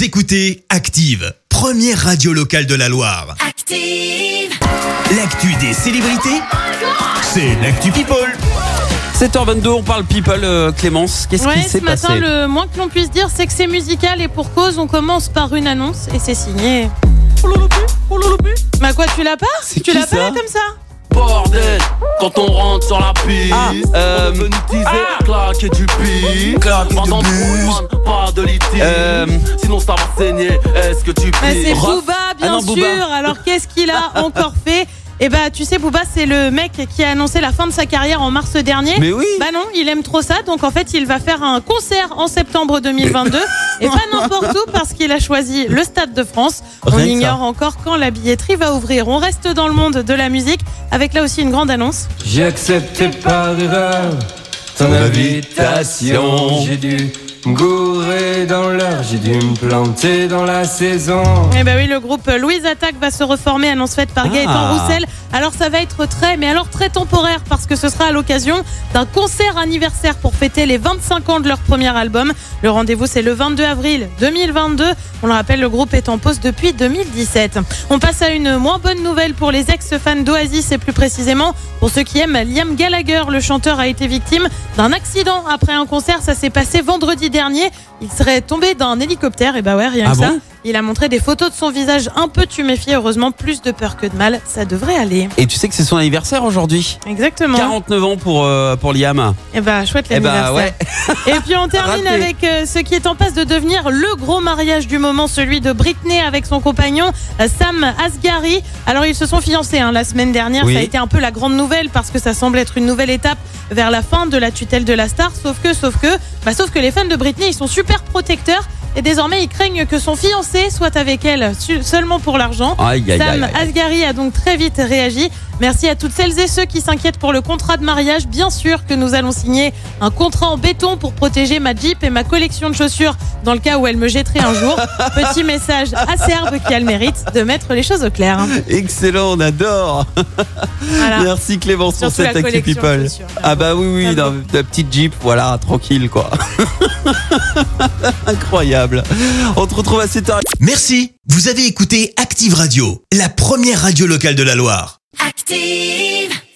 Vous écoutez Active, première radio locale de la Loire. Active. L'actu des célébrités, c'est l'actu People. 7h22, on parle people, Clémence. Qu'est-ce qui s'est ce passé? matin, le moins que l'on puisse dire, c'est que c'est musical et pour cause, on commence par une annonce et c'est signé. Bah quoi, tu l'as pas? C'est Tu qui l'as pas ça là comme ça? Bordel, quand on rentre sur la piste, on est venu teaser, claquer du pif. Pendant pas de litige, sinon ça va saigner. Est-ce que tu Bah, piges? c'est Booba, bien non, sûr. Booba. Alors qu'est-ce qu'il a encore fait? Eh bah, tu sais, Booba, c'est le mec qui a annoncé la fin de sa carrière en mars dernier. Mais oui. Bah non, il aime trop ça, donc en fait, il va faire un concert en septembre 2022. Et pas n'importe où, parce qu'il a choisi le Stade de France. On Rien que ignore ça. encore quand la billetterie va ouvrir. On reste dans le monde de la musique, avec là aussi une grande annonce. J'ai accepté par erreur ton invitation. J'ai dû me gourer dans l'heure, j'ai dû me planter dans la saison. Eh ben oui, le groupe Louise Attaque va se reformer, annonce faite par Gaëtan Roussel. Alors ça va être très temporaire parce que ce sera à l'occasion d'un concert anniversaire pour fêter les 25 ans de leur premier album. Le rendez-vous, c'est le 22 avril 2022. On le rappelle, le groupe est en pause depuis 2017. On passe à une moins bonne nouvelle pour les ex-fans d'Oasis et plus précisément pour ceux qui aiment Liam Gallagher. Le chanteur a été victime d'un accident après un concert. Ça s'est passé vendredi dernier. Il serait tombé d'un hélicoptère. Et bah ouais, rien que ça. Bon Il a montré des photos de son visage un peu tuméfié. Heureusement, plus de peur que de mal. Ça devrait aller. Et tu sais que c'est son anniversaire aujourd'hui. Exactement. 49 ans pour Liam. Et bah, chouette Eh bah, l'anniversaire. ouais. Et puis on termine Raté. avec ce qui est en passe de devenir le gros mariage du moment, celui de Britney avec son compagnon Sam Asghari. Alors ils se sont fiancés la semaine dernière. Oui. Ça a été un peu la grande nouvelle parce que ça semble être une nouvelle étape vers la fin de la tutelle de la star. Sauf que les fans de Britney, ils sont super protecteurs. Et désormais, ils craignent que son fiancé soit avec elle seulement pour l'argent. Aïe, aïe, Sam aïe, aïe. Asghari a donc très vite réagi. Merci à toutes celles et ceux qui s'inquiètent pour le contrat de mariage. Bien sûr que nous allons signer un contrat en béton pour protéger ma Jeep et ma collection de chaussures dans le cas où elle me jetterait un jour. Petit message acerbe qui a le mérite de mettre les choses au clair. Excellent, on adore. Voilà. Merci Clémence pour Surtout cette la actu collection de people. chaussures. Ah bah oui, Ah bon. la petite Jeep, voilà, tranquille quoi. Incroyable. On te retrouve à 7h. Merci. Vous avez écouté Active Radio, la première radio locale de la Loire. Active.